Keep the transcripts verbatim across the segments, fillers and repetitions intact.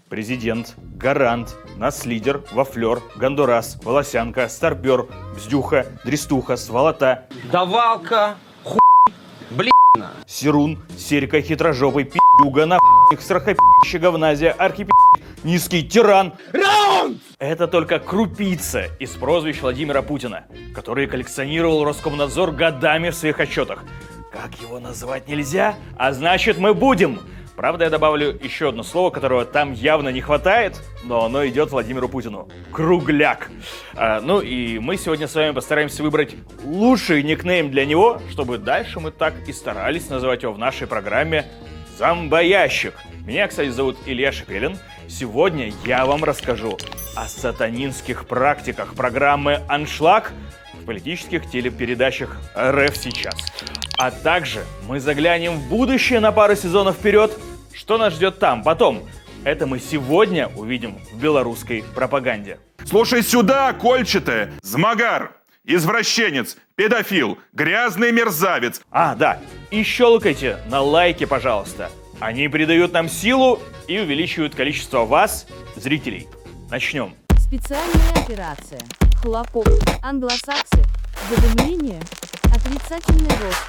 Президент, Гарант, Наслидер, Вафлер, Гондурас, Волосянка, Старпер, Бздюха, Дрестуха, Сволота, Давалка, хуй, блин. Серун, Серька, Хитрожопый, пи***юга, нахуйник, страхопи***ща, говназия, архипи***, низкий тиран. Раунд! Это только крупица из прозвищ Владимира Путина, которые коллекционировал Роскомнадзор годами в своих отчетах. Как его назвать нельзя, а значит мы будем. Правда, я добавлю еще одно слово, которого там явно не хватает, но оно идет Владимиру Путину. Кругляк. А, ну и мы сегодня с вами постараемся выбрать лучший никнейм для него, чтобы дальше мы так и старались называть его в нашей программе «Зомбоящик». Меня, кстати, зовут Илья Шепелин. Сегодня я вам расскажу о сатанинских практиках программы «Аншлаг» в политических телепередачах эр эф сейчас. А также мы заглянем в будущее на пару сезонов вперед. Что нас ждет там потом? Это мы сегодня увидим в белорусской пропаганде. Слушай сюда, кольчатая, змагар, извращенец, педофил, грязный мерзавец. А, да, и щелкайте на лайки, пожалуйста. Они придают нам силу и увеличивают количество вас, зрителей. Начнем. Специальная операция. Хлопок. Англосаксы. Задымление. Отрицательный рост.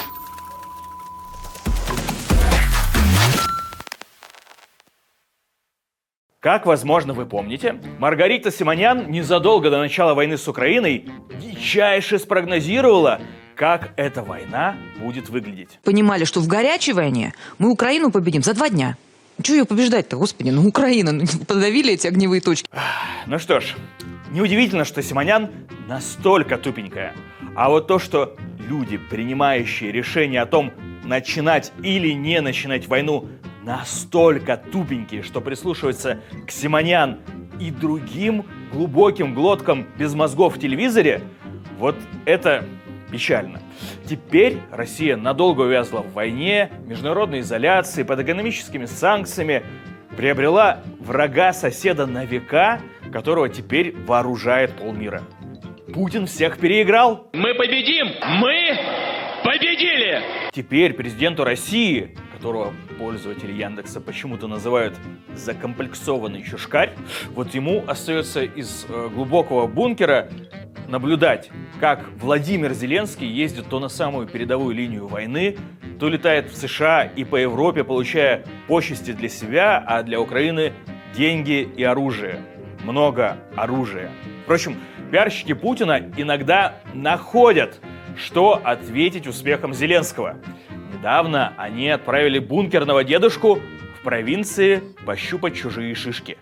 Как, возможно, вы помните, Маргарита Симонян незадолго до начала войны с Украиной дичайше спрогнозировала, как эта война будет выглядеть. Понимали, что в горячей войне мы Украину победим за два дня. Чего ее побеждать-то, господи, ну Украина, ну, подавили эти огневые точки. Ну что ж, неудивительно, что Симонян настолько тупенькая. А вот то, что люди, принимающие решение о том, начинать или не начинать войну, настолько тупенькие, что прислушиваются к Симонян и другим глубоким глоткам без мозгов в телевизоре, вот это печально. Теперь Россия надолго увязла в войне, международной изоляции, под экономическими санкциями, приобрела врага соседа на века, которого теперь вооружает полмира. Путин всех переиграл. Мы победим! Мы победили! Теперь президенту России, которого пользователи Яндекса почему-то называют закомплексованный чушкарь, вот ему остается из э, глубокого бункера наблюдать, как Владимир Зеленский ездит то на самую передовую линию войны, то летает в США и по Европе, получая почести для себя, а для Украины деньги и оружие. Много оружия. Впрочем, пиарщики Путина иногда находят, что ответить успехам Зеленского. Недавно они отправили бункерного дедушку в провинции пощупать чужие шишки.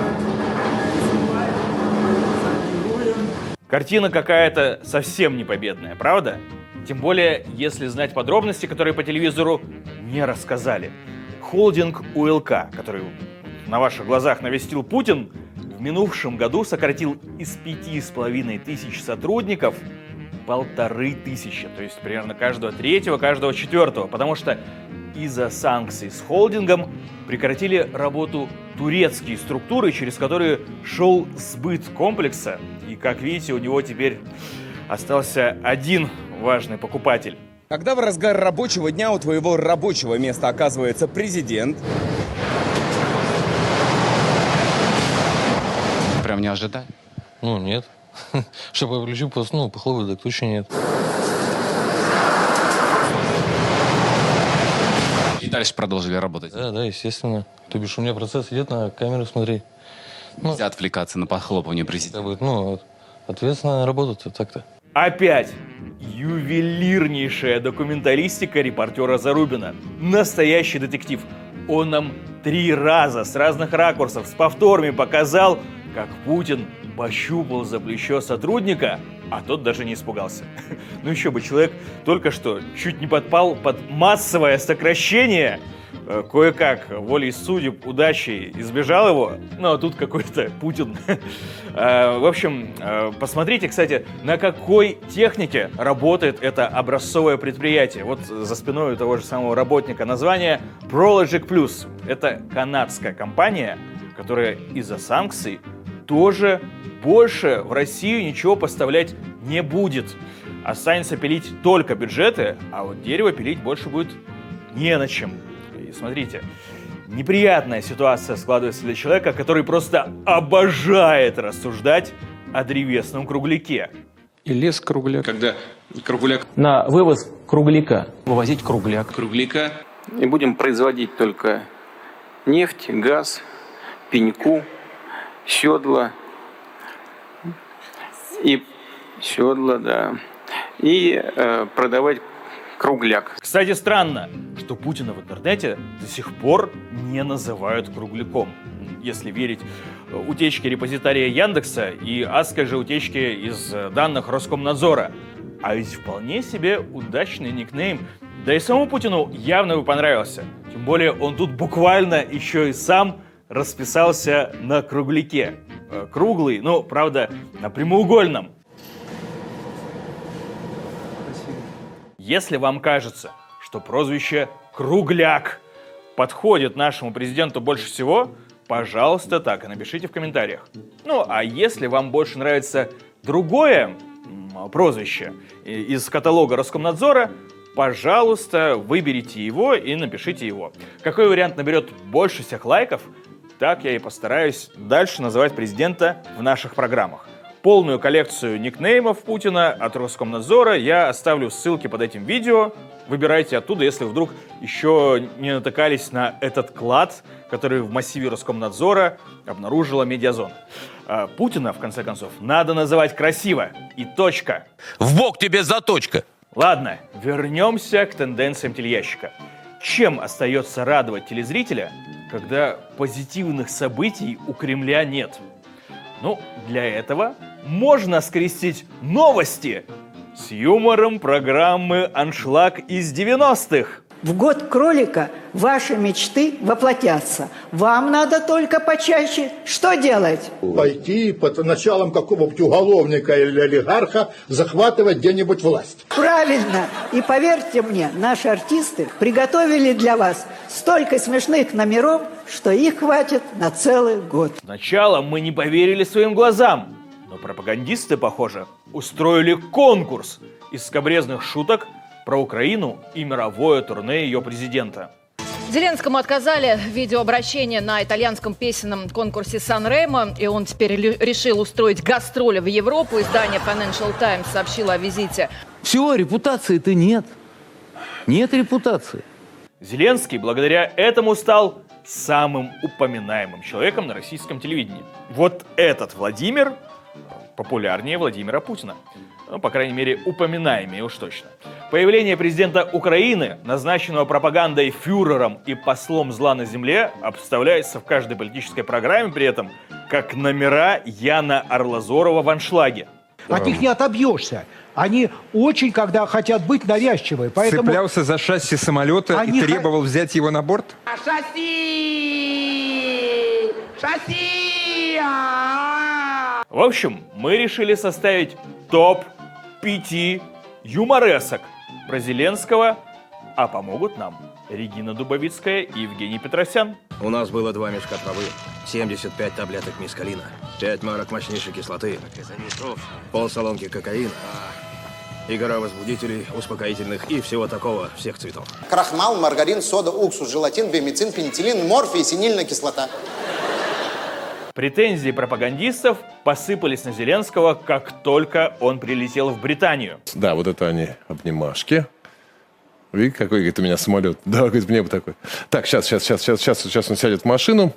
Картина какая-то совсем не победная, правда? Тем более, если знать подробности, которые по телевизору не рассказали. Холдинг у эл ка, который на ваших глазах навестил Путин, в минувшем году сократил из пяти с половиной тысяч сотрудников полторы тысячи, то есть примерно каждого третьего, каждого четвертого, потому что из-за санкций с холдингом прекратили работу турецкие структуры, через которые шел сбыт комплекса, и, как видите, у него теперь остался один важный покупатель. Когда в разгар рабочего дня у твоего рабочего места оказывается президент... Прям не ожидали? Ну, нет. Чтобы я включил, ну, похлопать, так точно нет. И дальше продолжили работать? Да, да, естественно. То бишь у меня процесс идет на камеру смотреть. Ну, нельзя отвлекаться на похлопывание президента. Ну, ответственная работа так-то. Опять ювелирнейшая документалистика репортера Зарубина. Настоящий детектив. Он нам три раза с разных ракурсов, с повторами показал, как Путин пощупал за плечо сотрудника, а тот даже не испугался. Ну еще бы, человек только что чуть не подпал под массовое сокращение, кое-как волей судеб, удачей избежал его, ну а тут какой-то Путин. В общем, посмотрите, кстати, на какой технике работает это образцовое предприятие. Вот за спиной у того же самого работника название Prologic Plus. Это канадская компания, которая из-за санкций тоже больше в Россию ничего поставлять не будет. Останется пилить только бюджеты, а вот дерево пилить больше будет не на чем. И смотрите, Неприятная ситуация складывается для человека, который просто обожает рассуждать о древесном кругляке. И лес кругляк. Когда кругляк... На вывоз кругляка. Вывозить кругляк. Кругляка. И будем производить только нефть, газ, пеньку, седла. И седла, да. И э, продавать кругляк. Кстати, странно, что Путина в интернете до сих пор не называют кругляком. Если верить утечке репозитария Яндекса и адской же утечке из данных Роскомнадзора. А ведь вполне себе удачный никнейм. Да и самому Путину явно бы понравился. Тем более он тут буквально еще и сам расписался на кругляке. Круглый, ну, правда, на прямоугольном. Если вам кажется, что прозвище «Кругляк» подходит нашему президенту больше всего, пожалуйста, так и напишите в комментариях. Ну, а если вам больше нравится другое прозвище из каталога Роскомнадзора, пожалуйста, выберите его и напишите его. Какой вариант наберет больше всех лайков, так я и постараюсь дальше называть президента в наших программах. Полную коллекцию никнеймов Путина от Роскомнадзора я оставлю ссылки под этим видео. Выбирайте оттуда, если вдруг еще не натыкались на этот клад, который в массиве Роскомнадзора обнаружила Медиазона. А Путина, в конце концов, надо называть красиво. И точка. В бок тебе заточка. Ладно, вернемся к тенденциям телеящика. Чем остается радовать телезрителя, когда позитивных событий у Кремля нет? Ну, для этого можно скрестить новости с юмором программы «Аншлаг» из девяностых. В год кролика ваши мечты воплотятся. Вам надо только почаще что делать? Пойти под началом какого-нибудь уголовника или олигарха захватывать где-нибудь власть. Правильно. И поверьте мне, наши артисты приготовили для вас столько смешных номеров, что их хватит на целый год. Сначала мы не поверили своим глазам, но пропагандисты, похоже, устроили конкурс из скабрезных шуток про Украину и мировое турне ее президента. Зеленскому отказали в видеообращении на итальянском песенном конкурсе Сан-Ремо, и он теперь решил устроить гастроли в Европу. Издание Financial Times сообщило о визите. Все, репутации-то нет. Нет репутации. Зеленский благодаря этому стал самым упоминаемым человеком на российском телевидении. Вот этот Владимир популярнее Владимира Путина. Ну, по крайней мере, упоминаемее уж точно. Появление президента Украины, назначенного пропагандой фюрером и послом зла на земле, обставляется в каждой политической программе при этом как номера Яна Арлазорова в «Аншлаге». От них не отобьешься. Они очень, когда хотят быть, навязчивые. Поэтому... Цеплялся за шасси самолета Они и требовал х... взять его на борт? Шасси! Шасси! В общем, мы решили составить топ пяти юморесок про Зеленского, а помогут нам Регина Дубовицкая и Евгений Петросян. У нас было два мешка травы, семьдесят пять таблеток мискалина, пять марок мощнейшей кислоты, полсалонки кокаина и гора возбудителей, успокоительных и всего такого, всех цветов. Крахмал, маргарин, сода, уксус, желатин, бемицин, пенициллин, морфий, синильная кислота. Претензии пропагандистов посыпались на Зеленского, как только он прилетел в Британию. Да, вот это они, обнимашки. Видите, какой, говорит, у меня самолет. Да, говорит, в небо такой. Так, сейчас, сейчас, сейчас, сейчас, сейчас, сейчас он сядет в машину.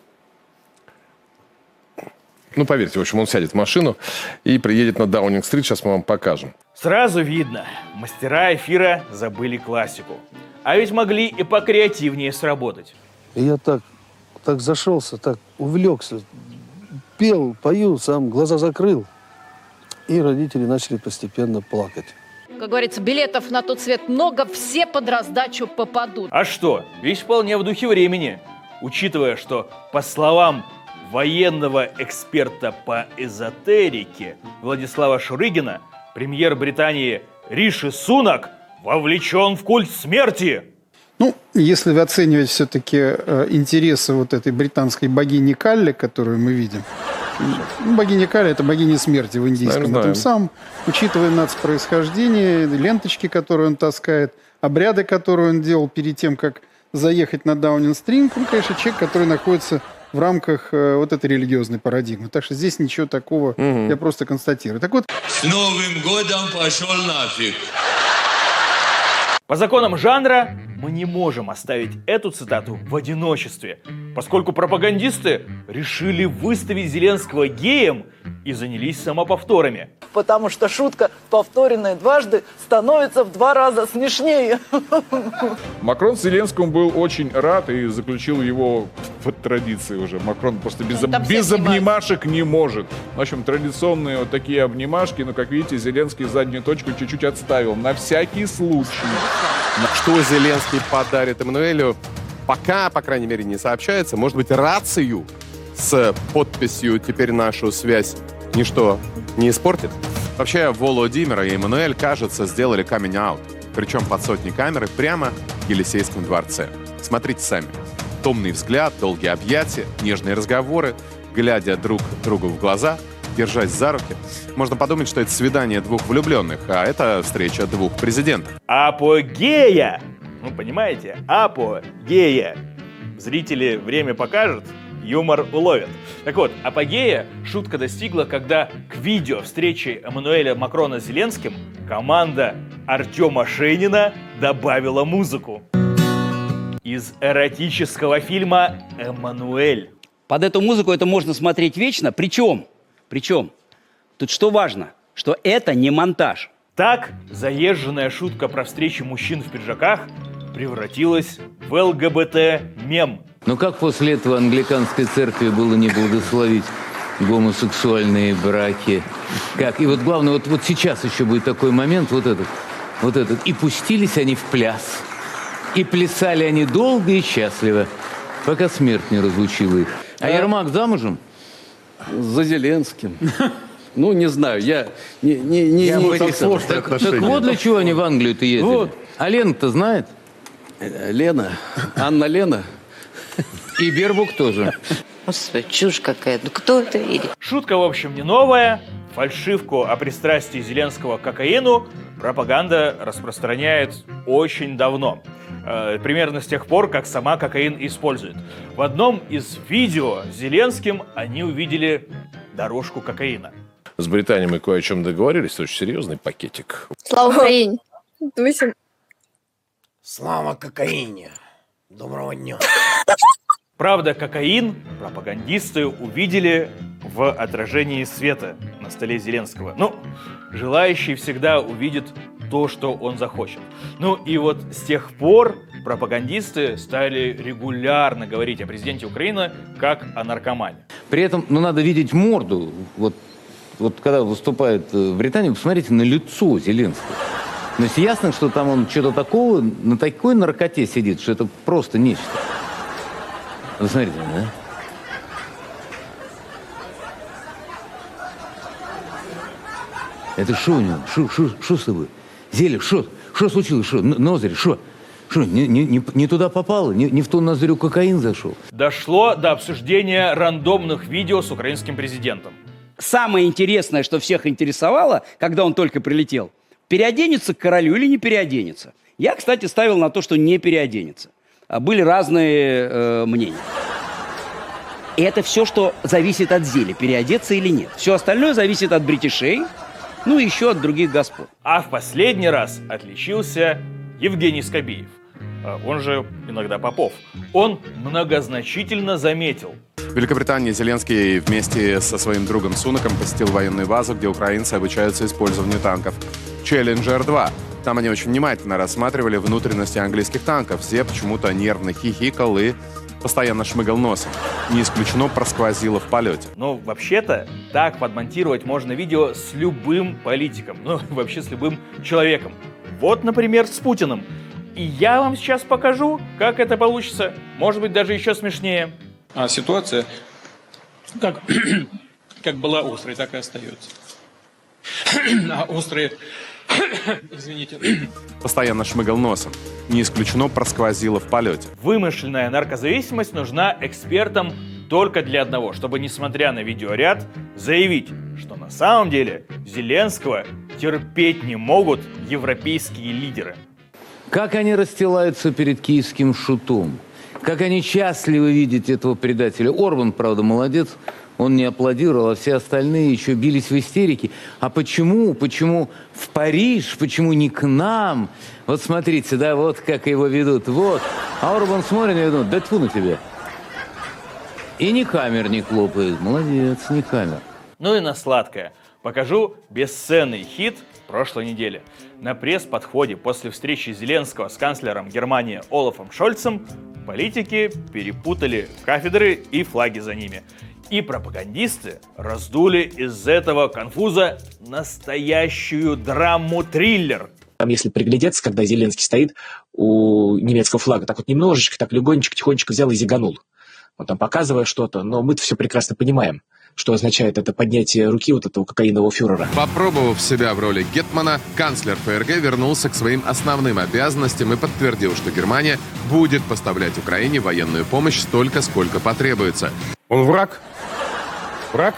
Ну, поверьте, в общем, он сядет в машину и приедет на Даунинг-стрит. Сейчас мы вам покажем. Сразу видно, мастера эфира забыли классику. А ведь могли и покреативнее сработать. И я так, так зашелся, так увлекся. Пел, пою, сам глаза закрыл. И родители начали постепенно плакать. Как говорится, билетов на тот свет много, все под раздачу попадут. А что? Ведь вполне в духе времени. Учитывая, что, по словам военного эксперта по эзотерике Владислава Шурыгина, премьер Британии Риши Сунак вовлечен в культ смерти. Ну, если оценивать все-таки э, интересы вот этой британской богини Калли, которую мы видим. Ну, богиня Калли – это богиня смерти в индийском. Знаем, этом самом, учитывая нацпроисхождение, ленточки, которые он таскает, обряды, которые он делал перед тем, как заехать на Даунинг-стрит, он, конечно, человек, который находится в рамках э, вот этой религиозной парадигмы. Так что здесь ничего такого, угу. я просто констатирую. Так вот... С Новым годом пошел нафиг. По законам жанра мы не можем оставить эту цитату в одиночестве, поскольку пропагандисты решили выставить Зеленского геем и занялись самоповторами. Потому что шутка, повторенная дважды, становится в два раза смешнее. Макрон Зеленскому был очень рад и заключил его в традиции уже. Макрон просто без, об... без обнимашек не может. В общем, традиционные вот такие обнимашки, но, как видите, Зеленский заднюю точку чуть-чуть отставил. На всякий случай. Что Зеленский подарит Эммануэлю, пока, по крайней мере, не сообщается. Может быть, рацию с подписью «Теперь нашу связь» ничто не испортит? Вообще, Володимира и Эммануэль, кажется, сделали каминг-аут. Причем под сотни камеры прямо в Елисейском дворце. Смотрите сами. Томный взгляд, долгие объятия, нежные разговоры, глядя друг другу в глаза, держась за руки. Можно подумать, что это свидание двух влюбленных, а это встреча двух президентов. Апогея! Ну, понимаете? Апогея. Зрители время покажет, юмор уловят. Так вот, апогея шутка достигла, когда к видео встречи Эммануэля Макрона с Зеленским команда Артема Шенина добавила музыку из эротического фильма «Эммануэль». Под эту музыку это можно смотреть вечно, причем, причем, тут что важно, что это не монтаж. Так, заезженная шутка про встречи мужчин в пиджаках превратилась в ЛГБТ-мем. Но как после этого англиканской церкви было не благословить гомосексуальные браки? Как? И вот главное, вот, вот сейчас еще будет такой момент, вот этот, вот этот. И пустились они в пляс. И плясали они долго и счастливо, пока смерть не разлучила их. А, а Ермак замужем? За Зеленским. Ну, не знаю, я не... не, не, я не так, так вот для чего они в Англию-то ездили? Вот. А Лена-то знает? Лена, Анна Лена. И Бербук тоже. Господи, чушь какая-то. Ну кто это видит? Шутка, в общем, не новая. Фальшивку о пристрастии Зеленского к кокаину пропаганда распространяет очень давно. Э, примерно с тех пор, как сама кокаин использует. В одном из видео с Зеленским они увидели дорожку кокаина. С Британией мы кое о чем договорились. Это очень серьезный пакетик. Слава Украине. Слава кокаине. Доброго дня. Правда, кокаин пропагандисты увидели в отражении света на столе Зеленского. Ну, желающий всегда увидит то, что он захочет. Ну и вот с тех пор пропагандисты стали регулярно говорить о президенте Украины как о наркомане. При этом, ну, надо видеть морду. Вот, вот когда выступает в Британии, посмотрите на лицо Зеленского. Но ясно, что там он что-то такого, на такой наркоте сидит, что это просто нечто. Вы смотрите, да? Это что у него? Что с тобой? Зеля, что? Что случилось? Что? Ноздрь, что? Что, не, не, не туда попало? Не, не в ту ноздрю кокаин зашел? Дошло до обсуждения рандомных видео с украинским президентом. Самое интересное, что всех интересовало, когда он только прилетел, переоденется к королю или не переоденется. Я, кстати, ставил на то, что не переоденется. Были разные э, мнения. И это все, что зависит от Зели, переодеться или нет. Все остальное зависит от бритишей, ну и еще от других господ. А в последний раз отличился Евгений Скобеев, он же иногда Попов. Он многозначительно заметил. В Великобритании Зеленский вместе со своим другом Сунаком посетил военную базу, где украинцы обучаются использованию танков Челленджер два. Там они очень внимательно рассматривали внутренности английских танков. Все почему-то нервно хихикал и постоянно шмыгал носом. Не исключено, просквозило в полете. Ну, вообще-то, так подмонтировать можно видео с любым политиком. Ну, вообще с любым человеком. Вот, например, с Путиным. И я вам сейчас покажу, как это получится. Может быть, даже еще смешнее. А ситуация, как, как была острой, так и остается. А острые... Извините. Постоянно шмыгал носом. Не исключено, просквозило в полете. Вымышленная наркозависимость нужна экспертам только для одного, чтобы, несмотря на видеоряд, заявить, что на самом деле Зеленского терпеть не могут европейские лидеры. Как они расстилаются перед киевским шутом. Как они счастливы видеть этого предателя. Орбан, правда, молодец. Он не аплодировал, а все остальные еще бились в истерике. А почему? Почему в Париж? Почему не к нам? Вот смотрите, да, вот как его ведут. Вот. А Орбан смотрит и ведут. Да тьфу на тебя. И ни камер не хлопает. Молодец, ни камер. Ну и на сладкое. Покажу бесценный хит прошлой недели. На пресс-подходе после встречи Зеленского с канцлером Германии Олафом Шольцем политики перепутали кафедры и флаги за ними. И пропагандисты раздули из этого конфуза настоящую драму-триллер. Там, если приглядеться, когда Зеленский стоит у немецкого флага, так вот немножечко, так легонечко, тихонечко взял и зиганул. Вот там показывая что-то, но мы-то все прекрасно понимаем, что означает это поднятие руки вот этого кокаинового фюрера. Попробовав себя в роли гетмана, канцлер ФРГ вернулся к своим основным обязанностям и подтвердил, что Германия будет поставлять Украине военную помощь столько, сколько потребуется. Он враг? Враг?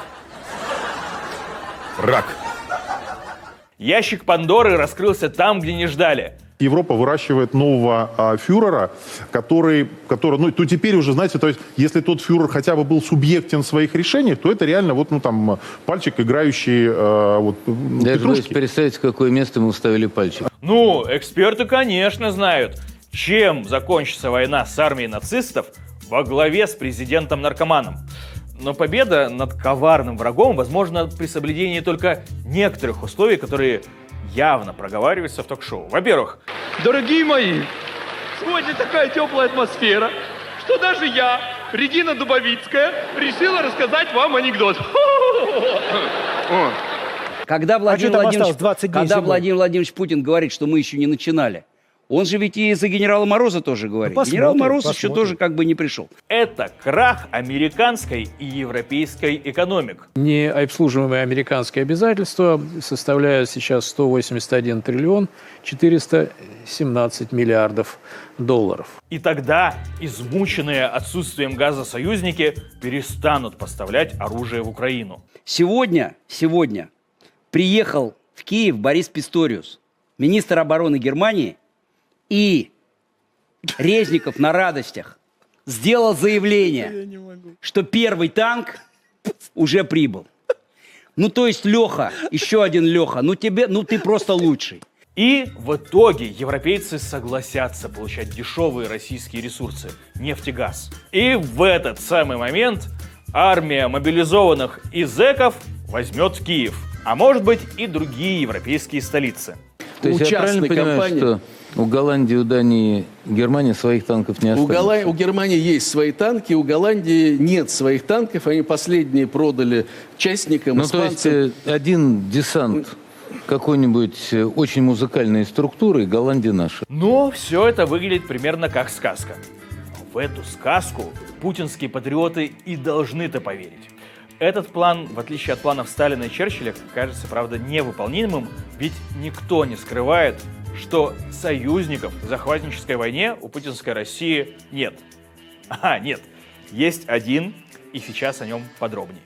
Враг. Ящик Пандоры раскрылся там, где не ждали. Европа выращивает нового а, фюрера, который, который, ну, то теперь уже, знаете, то есть, если тот фюрер хотя бы был субъектен в своих решениях, то это реально вот, ну, там, пальчик, играющий, а, вот, даже петрушки. Вы представьте, в какое место мы уставили пальчик. Ну, эксперты, конечно, знают, чем закончится война с армией нацистов во главе с президентом-наркоманом. Но победа над коварным врагом возможна при соблюдении только некоторых условий, которые явно проговариваются в ток-шоу. Во-первых, дорогие мои, сегодня такая теплая атмосфера, что даже я, Регина Дубовицкая, решила рассказать вам анекдот. Когда Владимир, а Владимирович, двадцать дней когда зимой? Владимир Владимирович Путин говорит, что мы еще не начинали, он же ведь и за генерала Мороза тоже говорит. Ну, Генерал Мороз посмотрим. еще тоже как бы не пришел. это крах американской и европейской экономик. Необслуживаемые американские обязательства составляют сейчас сто восемьдесят один триллион четыреста семнадцать миллиардов долларов. И тогда измученные отсутствием газа союзники перестанут поставлять оружие в Украину. Сегодня, сегодня приехал в Киев Борис Писториус, министр обороны Германии, и Резников на радостях сделал заявление, что первый танк уже прибыл. Ну, то есть, Леха, еще один Леха, ну тебе, ну ты просто лучший. И в итоге европейцы согласятся получать дешевые российские ресурсы – нефть и газ. И в этот самый момент армия мобилизованных и зэков возьмет Киев, а может быть и другие европейские столицы. То есть я правильно понимаю, компании... что у Голландии, у Дании, Германии своих танков не осталось? У, Голла... у Германии есть свои танки, у Голландии нет своих танков. Они последние продали частникам, ну, испанцам. То есть один десант какой-нибудь очень музыкальной структуры, Голландия наша. Но все это выглядит примерно как сказка. В эту сказку путинские патриоты и должны-то поверить. Этот план, в отличие от планов Сталина и Черчилля, кажется, правда, невыполнимым, ведь никто не скрывает, что союзников в захватнической войне у путинской России нет. А, нет, есть один, и сейчас о нем подробнее.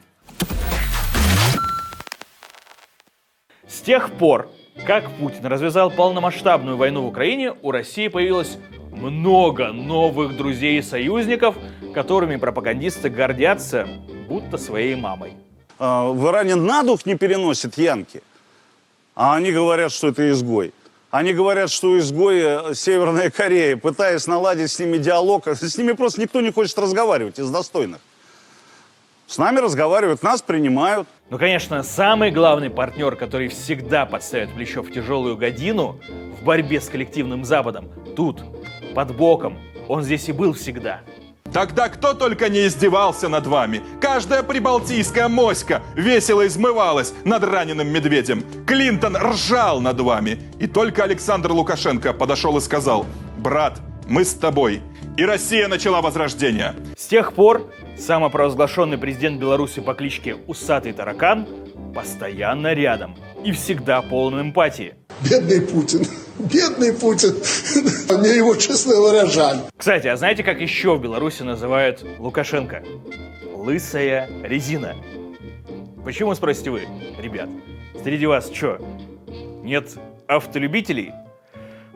С тех пор, как Путин развязал полномасштабную войну в Украине, у России появилось много новых друзей и союзников, которыми пропагандисты гордятся, будто своей мамой. В Иране на дух не переносят янки, а они говорят, что это изгой. Они говорят, что изгои Северная Корея, пытаясь наладить с ними диалог, с ними просто никто не хочет разговаривать из достойных. С нами разговаривают, нас принимают. Ну, конечно, самый главный партнер, который всегда подставит плечо в тяжелую годину в борьбе с коллективным Западом, тут, под боком, он здесь и был всегда. Тогда кто только не издевался над вами. Каждая прибалтийская моська весело измывалась над раненым медведем. Клинтон ржал над вами. И только Александр Лукашенко подошел и сказал: брат, мы с тобой. И Россия начала возрождение. С тех пор самопровозглашенный президент Беларуси по кличке Усатый Таракан постоянно рядом и всегда полон эмпатии. Бедный Путин, бедный Путин, мне его, честно говоря, жаль. Кстати, а знаете, как еще в Беларуси называют Лукашенко? Лысая резина. Почему, спросите вы, ребят? Среди вас что, нет автолюбителей?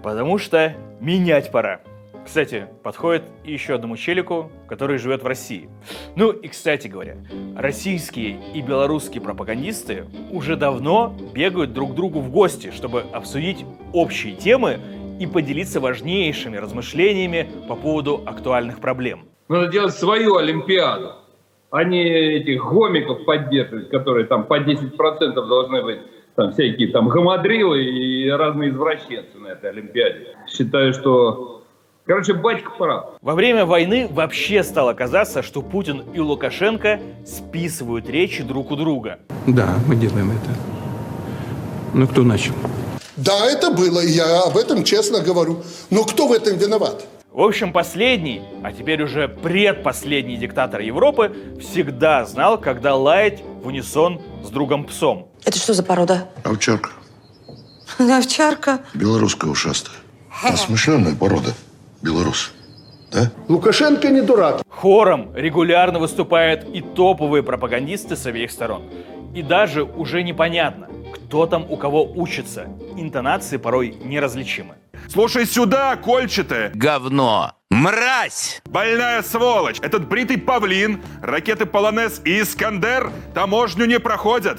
Потому что менять пора. Кстати, подходит и еще одному челику, который живет в России. Ну и, кстати говоря, российские и белорусские пропагандисты уже давно бегают друг к другу в гости, чтобы обсудить общие темы и поделиться важнейшими размышлениями по поводу актуальных проблем. Надо делать свою Олимпиаду, а не этих гомиков поддерживать, которые там по десять процентов должны быть. Там всякие там гамадрилы и разные извращенцы на этой Олимпиаде. Считаю, что... Короче, батька прав. Во время войны вообще стало казаться, что Путин и Лукашенко списывают речи друг у друга. Да, мы делаем это. Ну, кто начал? Да, это было, и я об этом честно говорю. Но кто в этом виноват? В общем, последний, а теперь уже предпоследний диктатор Европы всегда знал, когда лаять в унисон с другом-псом. Это что за порода? Овчарка. Овчарка? Белорусская ушастая. Осмышленная порода. Белорус. Да? Лукашенко не дурак. Хором регулярно выступают и топовые пропагандисты с обеих сторон. И даже уже непонятно, кто там у кого учится. Интонации порой неразличимы. Слушай сюда, кольчатое. Говно. Мразь! Больная сволочь. Этот бритый павлин, ракеты Полонез и Искандер таможню не проходят.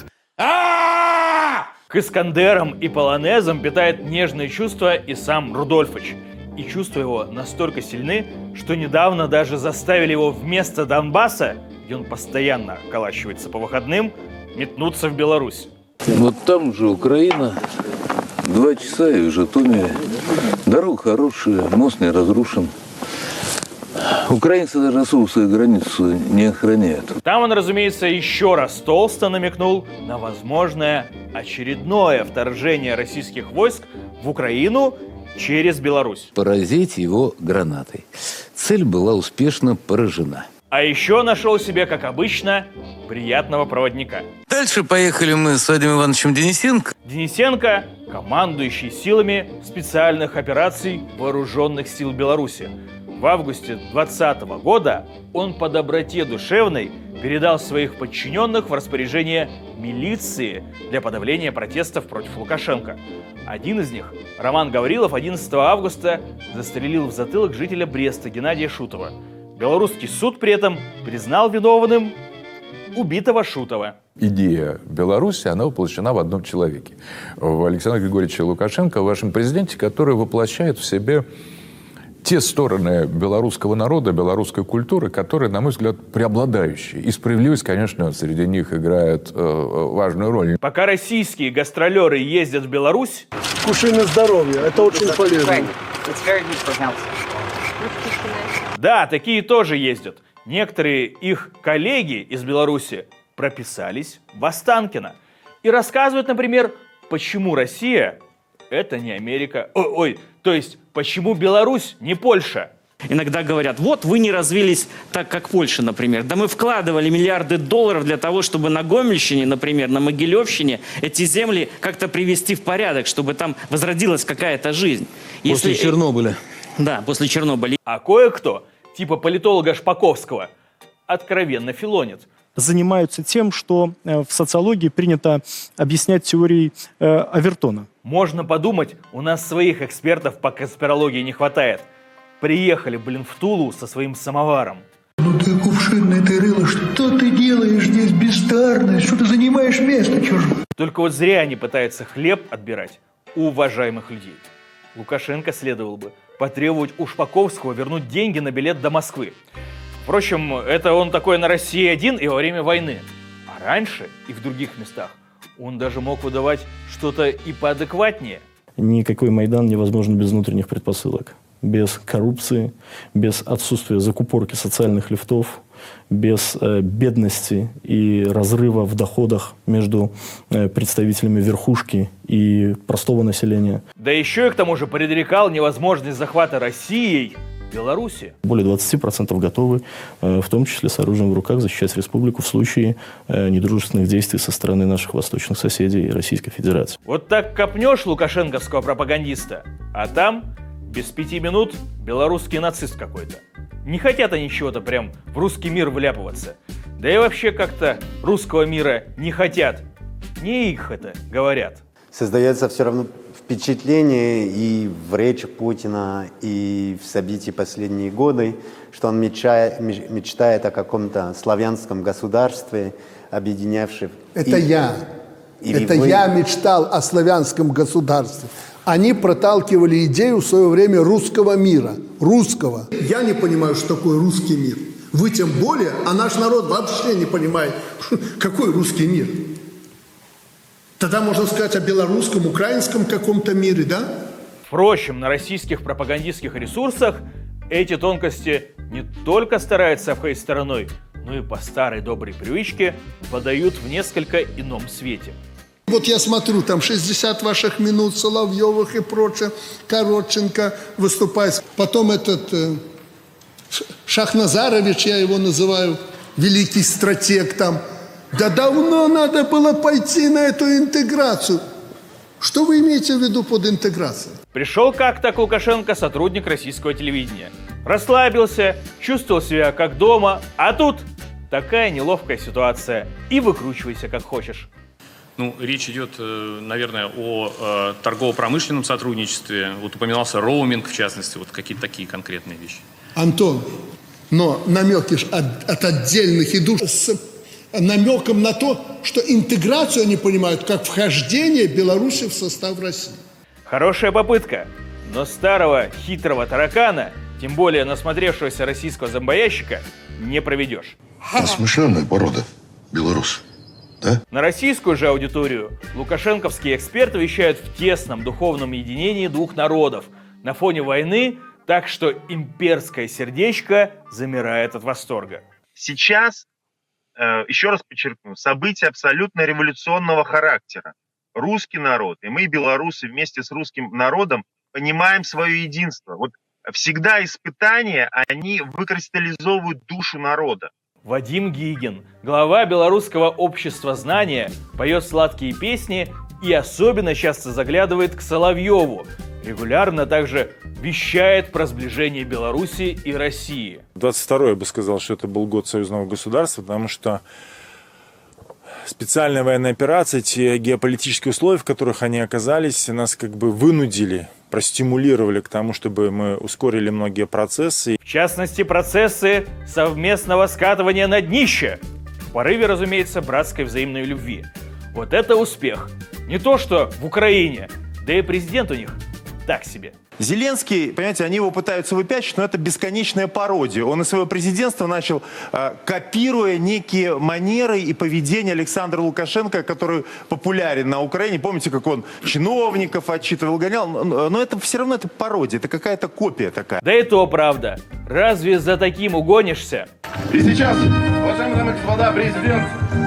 К Искандерам и Полонезам питает нежные чувства и сам Рудольфович. И чувства его настолько сильны, что недавно даже заставили его вместо Донбасса, где он постоянно околачивается по выходным, метнуться в Беларусь. Вот там же Украина. Два часа и в Житомире. Дорога хорошая, мост не разрушен. Украинцы даже особо свою границу не охраняют. Там он, разумеется, еще раз толсто намекнул на возможное очередное вторжение российских войск в Украину через Беларусь. Поразить его гранатой. Цель была успешно поражена. А еще нашел себе, как обычно, приятного проводника. Дальше поехали мы с Вадимом Ивановичем Денисенко. Денисенко – командующий силами специальных операций Вооруженных сил Беларуси. В августе двадцатого года он по доброте душевной передал своих подчиненных в распоряжение милиции для подавления протестов против Лукашенко. Один из них, Роман Гаврилов, одиннадцатого августа застрелил в затылок жителя Бреста Геннадия Шутова. Белорусский суд при этом признал виновным убитого Шутова. Идея Беларуси, она воплощена в одном человеке. В Александре Григорьевиче Лукашенко, в вашем президенте, который воплощает в себе те стороны белорусского народа, белорусской культуры, которые, на мой взгляд, преобладающие. И справедливость, конечно, среди них играет э, важную роль. Пока российские гастролеры ездят в Беларусь... Кушай на здоровье, это очень полезно. Да, такие тоже ездят. Некоторые их коллеги из Беларуси прописались в Останкино. И рассказывают, например, почему Россия – это не Америка. Ой, ой, то есть, почему Беларусь не Польша? Иногда говорят, вот вы не развились так, как Польша, например. Да мы вкладывали миллиарды долларов для того, чтобы на Гомельщине, например, на Могилевщине эти земли как-то привести в порядок, чтобы там возродилась какая-то жизнь. После Если... Чернобыля. Да, после Чернобыля. А кое-кто, типа политолога Шпаковского, откровенно филонит. Занимаются тем, что в социологии принято объяснять теорией э, Овертона. Можно подумать, у нас своих экспертов по конспирологии не хватает. Приехали, блин, в Тулу со своим самоваром. Ну ты кувшинный, ты рыло, что ты делаешь здесь, бестарный? Что ты занимаешь место чужое? Только вот зря они пытаются хлеб отбирать у уважаемых людей. Лукашенко следовало бы потребовать у Шпаковского вернуть деньги на билет до Москвы. Впрочем, это он такой на России один и во время войны. А раньше и в других местах он даже мог выдавать что-то и поадекватнее. Никакой Майдан невозможен без внутренних предпосылок. Без коррупции, без отсутствия закупорки социальных лифтов, без э, бедности и разрыва в доходах между э, представителями верхушки и простого населения. Да еще и к тому же предрекал невозможность захвата Россией Беларуси. Более двадцати процентов готовы, э, в том числе с оружием в руках, защищать республику в случае э, недружественных действий со стороны наших восточных соседей и Российской Федерации. Вот так копнешь лукашенковского пропагандиста, а там... без пяти минут белорусский нацист какой-то. Не хотят они чего-то прям в русский мир вляпываться. Да и вообще как-то русского мира не хотят. Не их это говорят. создается все равно впечатление и в речи Путина, и в событиях последние годы, что он мечтает, мечтает о каком-то славянском государстве, объединявшем... Это и, я. Или Это вы... я мечтал о славянском государстве. Они проталкивали идею в свое время русского мира. Русского. Я не понимаю, что такое русский мир. Вы тем более, а наш народ вообще не понимает, какой русский мир. Тогда можно сказать о белорусском, украинском каком-то мире, да? Впрочем, на российских пропагандистских ресурсах эти тонкости не только стараются обходить стороной, но и по старой доброй привычке подают в несколько ином свете. Вот я смотрю, там шестьдесят ваших минут, Соловьевых и прочее, Коротченко выступает. Потом этот э, Шахназарович, я его называю, великий стратег там. Да давно надо было пойти на эту интеграцию. Что вы имеете в виду под интеграцией? Пришел как-то к Лукашенко сотрудник российского телевидения. Расслабился, чувствовал себя как дома, а тут такая неловкая ситуация. И выкручивайся как хочешь. Ну, речь идет, наверное, о э, торгово-промышленном сотрудничестве. Вот упоминался роуминг, в частности, вот какие-то такие конкретные вещи. Антон, но намеки от, от отдельных идут с намеком на то, что интеграцию они понимают как вхождение Беларуси в состав России. Хорошая попытка, но старого хитрого таракана, тем более насмотревшегося российского зомбоящика, не проведешь. Осмышленная порода, белорус. Да? На российскую же аудиторию лукашенковские эксперты вещают в тесном духовном единении двух народов на фоне войны, так что имперское сердечко замирает от восторга. Сейчас, э, еще раз подчеркну, события абсолютно революционного характера. Русский народ и мы, белорусы, вместе с русским народом понимаем свое единство. Вот всегда испытания, они выкристаллизовывают душу народа. Вадим Гигин, глава Белорусского общества знания, поет сладкие песни и особенно часто заглядывает к Соловьеву. Регулярно также вещает про сближение Беларуси и России. двадцать второй, я бы сказал, что это был год союзного государства, потому что специальная военная операция, те геополитические условия, в которых они оказались, нас как бы вынудили, простимулировали к тому, чтобы мы ускорили многие процессы. В частности, процессы совместного скатывания на днище. В порыве, разумеется, братской взаимной любви. Вот это успех. Не то, что в Украине, да и президент у них так себе. Зеленский, понимаете, они его пытаются выпячить, но это бесконечная пародия. Он из своего президентства начал, э, копируя некие манеры и поведение Александра Лукашенко, который популярен на Украине. Помните, как он чиновников отчитывал, гонял? Но это все равно это пародия, это какая-то копия такая. Да и то правда. Разве за таким угонишься? И сейчас, уважаемые дамы и господа, президент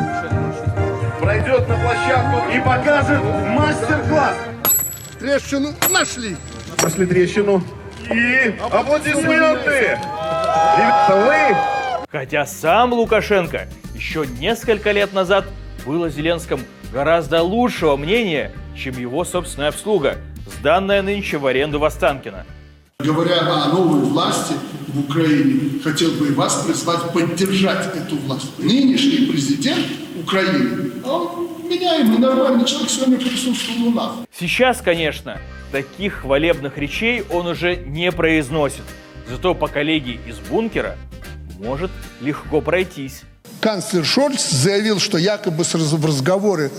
пройдет на площадку и покажет мастер-класс. Трещину нашли. Нашли трещину. И аплодисменты! Ребята, вы... Хотя сам Лукашенко еще несколько лет назад был о Зеленском гораздо лучшего мнения, чем его собственная обслуга, сданная нынче в аренду в Останкино. Говоря о новой власти в Украине, хотел бы и вас призвать поддержать эту власть. Нынешний президент Украины, он меняемый, нормальный человек, сегодня присутствовал у нас. Сейчас, конечно, таких хвалебных речей он уже не произносит. Зато по коллеге из бункера может легко пройтись. Канцлер Шольц заявил, что якобы в разговоре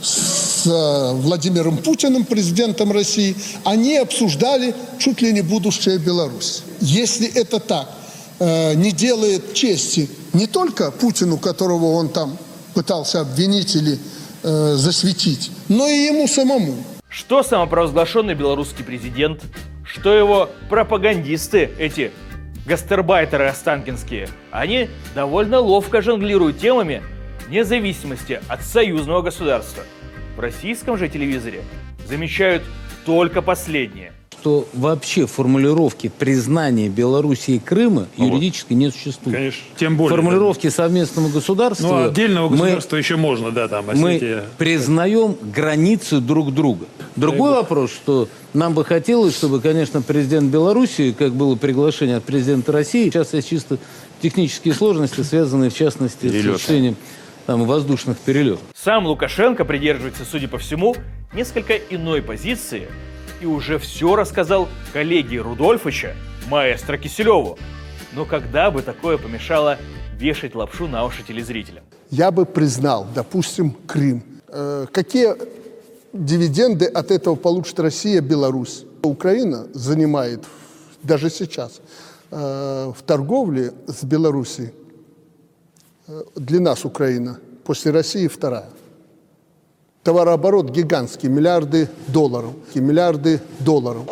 с Владимиром Путиным, президентом России, они обсуждали чуть ли не будущее Беларуси. Если это так, не делает чести не только Путину, которого он там пытался обвинить или э, засветить, но и ему самому. Что самопровозглашенный белорусский президент, что его пропагандисты, эти гастарбайтеры останкинские, они довольно ловко жонглируют темами вне зависимости от союзного государства. В российском же телевизоре замечают только последнее. Что вообще формулировки признания Белоруссии и Крыма ну юридически вот. не существует. Конечно, тем более. Формулировки да. совместного государства. Ну, отдельного мы, государства еще можно, да, там. Мы эти... признаем границы друг друга. Другой да, вопрос, что нам бы хотелось, чтобы, конечно, президент Белоруссии, как было приглашение от президента России, сейчас есть чисто технические сложности, связанные, в частности, Перелет. с осуществлением там, воздушных перелетов. Сам Лукашенко придерживается, судя по всему, несколько иной позиции и уже все рассказал коллеге Рудольфовича, маэстро Киселеву. Но когда бы такое помешало вешать лапшу на уши телезрителям? Я бы признал, допустим, Крым. Э, какие дивиденды от этого получит Россия, Беларусь? Украина занимает даже сейчас э, в торговле с Белоруссией, э, для нас Украина после России вторая. Товарооборот гигантский, миллиарды долларов, миллиарды долларов.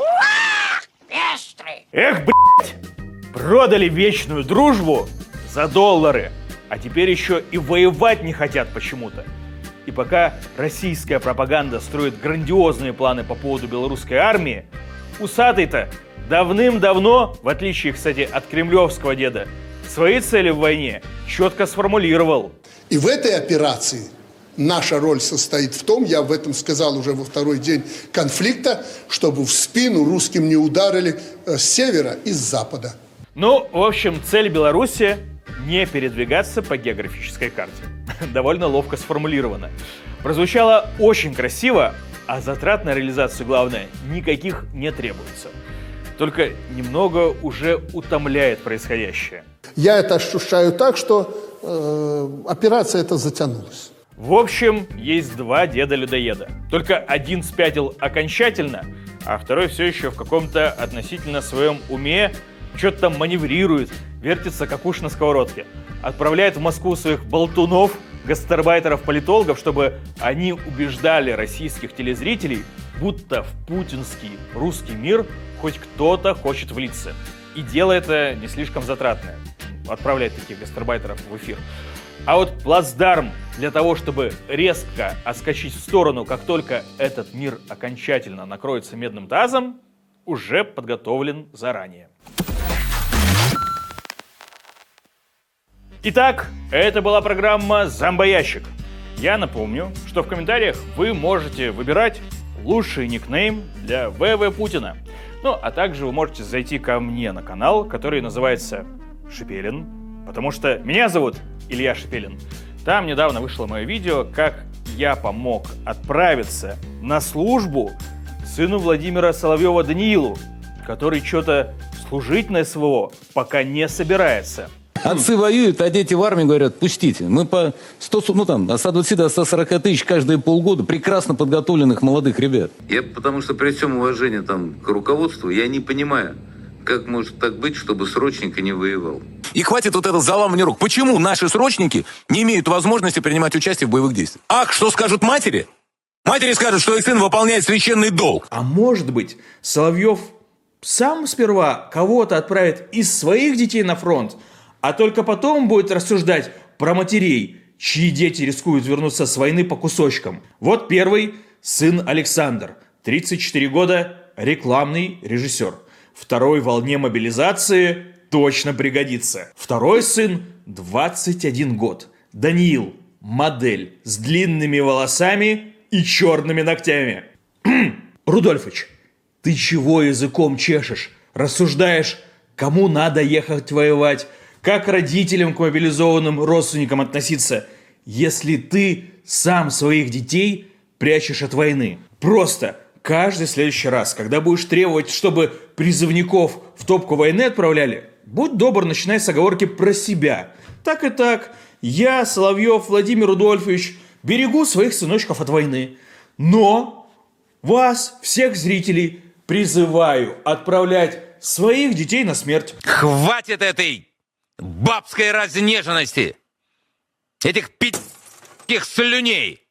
Эх, блядь! Продали вечную дружбу за доллары, а теперь еще и воевать не хотят почему-то. И пока российская пропаганда строит грандиозные планы по поводу белорусской армии, усатый-то давным-давно, в отличие, кстати, от кремлевского деда, свои цели в войне четко сформулировал. И в этой операции наша роль состоит в том, я об этом сказал уже во второй день конфликта, чтобы в спину русским не ударили с севера и с запада. Ну, в общем, цель Беларуси – не передвигаться по географической карте. Довольно ловко сформулировано. Прозвучало очень красиво, а затрат на реализацию, главное, никаких не требуется. Только немного уже утомляет происходящее. Я это ощущаю так, что э, операция эта затянулась. В общем, есть два деда-людоеда. Только один спятил окончательно, а второй все еще в каком-то относительно своем уме что-то там маневрирует, вертится как уж на сковородке. Отправляет в Москву своих болтунов, гастарбайтеров-политологов, чтобы они убеждали российских телезрителей, будто в путинский русский мир хоть кто-то хочет влиться. И дело это не слишком затратное. Отправлять таких гастарбайтеров в эфир. А вот плацдарм для того, чтобы резко отскочить в сторону, как только этот мир окончательно накроется медным тазом, уже подготовлен заранее. Итак, это была программа «Зомбоящик». Я напомню, что в комментариях вы можете выбирать лучший никнейм для ВВ Путина. Ну, а также вы можете зайти ко мне на канал, который называется Шипелин, потому что меня зовут Илья Шипелин. Там недавно вышло мое видео, как я помог отправиться на службу сыну Владимира Соловьева Даниилу, который что-то служить на СВО пока не собирается. Отцы воюют, а дети в армии говорят, пустите. Мы по сто, ну там, от ста двадцати до ста сорока тысяч каждые полгода прекрасно подготовленных молодых ребят. Я потому что при всем уважении там, к руководству, я не понимаю, как может так быть, чтобы срочник и не воевал. И хватит вот это заламывание рук. Почему наши срочники не имеют возможности принимать участие в боевых действиях? Ах, что скажут матери? Матери скажут, что их сын выполняет священный долг. А может быть, Соловьев сам сперва кого-то отправит из своих детей на фронт, а только потом будет рассуждать про матерей, чьи дети рискуют вернуться с войны по кусочкам. Вот первый – сын Александр, тридцать четыре года, рекламный режиссер. Второй волне мобилизации точно пригодится. Второй сын – двадцать один год, Даниил, модель с длинными волосами и черными ногтями. Рудольфович, ты чего языком чешешь? Рассуждаешь, кому надо ехать воевать? Как родителям к мобилизованным родственникам относиться, если ты сам своих детей прячешь от войны? Просто каждый следующий раз, когда будешь требовать, чтобы призывников в топку войны отправляли, будь добр, начинай с оговорки про себя. Так и так, я, Соловьев Владимир Рудольфович, берегу своих сыночков от войны. Но вас, всех зрителей, призываю отправлять своих детей на смерть. Хватит этой бабской разнеженности, этих пи***ких слюней.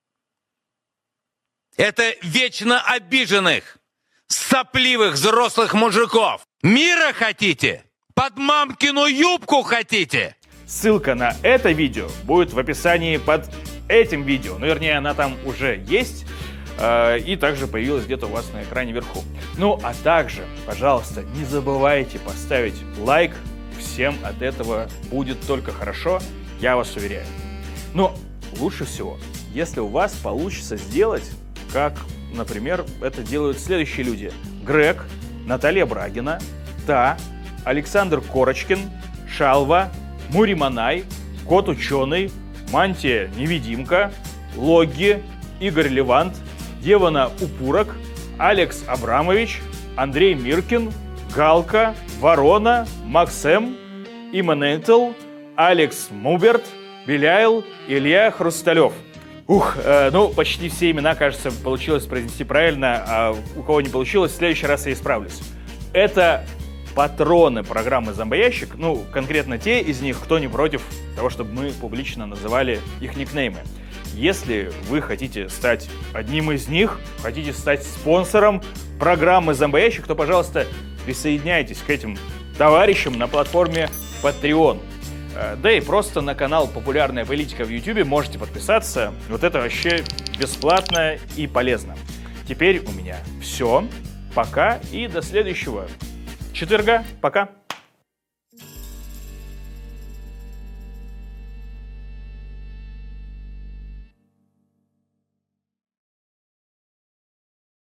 Это вечно обиженных, сопливых взрослых мужиков. Мира хотите? Под мамкину юбку хотите? Ссылка на это видео будет в описании под этим видео. Ну, вернее, она там уже есть. И также появилась где-то у вас на экране вверху. Ну, а также, пожалуйста, не забывайте поставить лайк. Всем от этого будет только хорошо, я вас уверяю. Но лучше всего, если у вас получится сделать, как, например, это делают следующие люди. Грег, Наталья Брагина, Та, Александр Корочкин, Шалва, Мури Манай, Кот Ученый, Мантия Невидимка, Логги, Игорь Левант, Девана Упурок, Алекс Абрамович, Андрей Миркин, Галка, Ворона, Максим, Иманентл, Алекс Муберт, Беляйл, Илья Хрусталев. Ух, э, ну, почти все имена, кажется, получилось произнести правильно, а у кого не получилось, в следующий раз я исправлюсь. Это патроны программы «Зомбоящик», ну, конкретно те из них, кто не против того, чтобы мы публично называли их никнеймы. Если вы хотите стать одним из них, хотите стать спонсором программы «Зомбоящик», то, пожалуйста, присоединяйтесь к этим товарищам на платформе Patreon. Да и просто на канал «Популярная политика» в YouTube можете подписаться. Вот это вообще бесплатно и полезно. Теперь у меня все. Пока и до следующего четверга. Пока.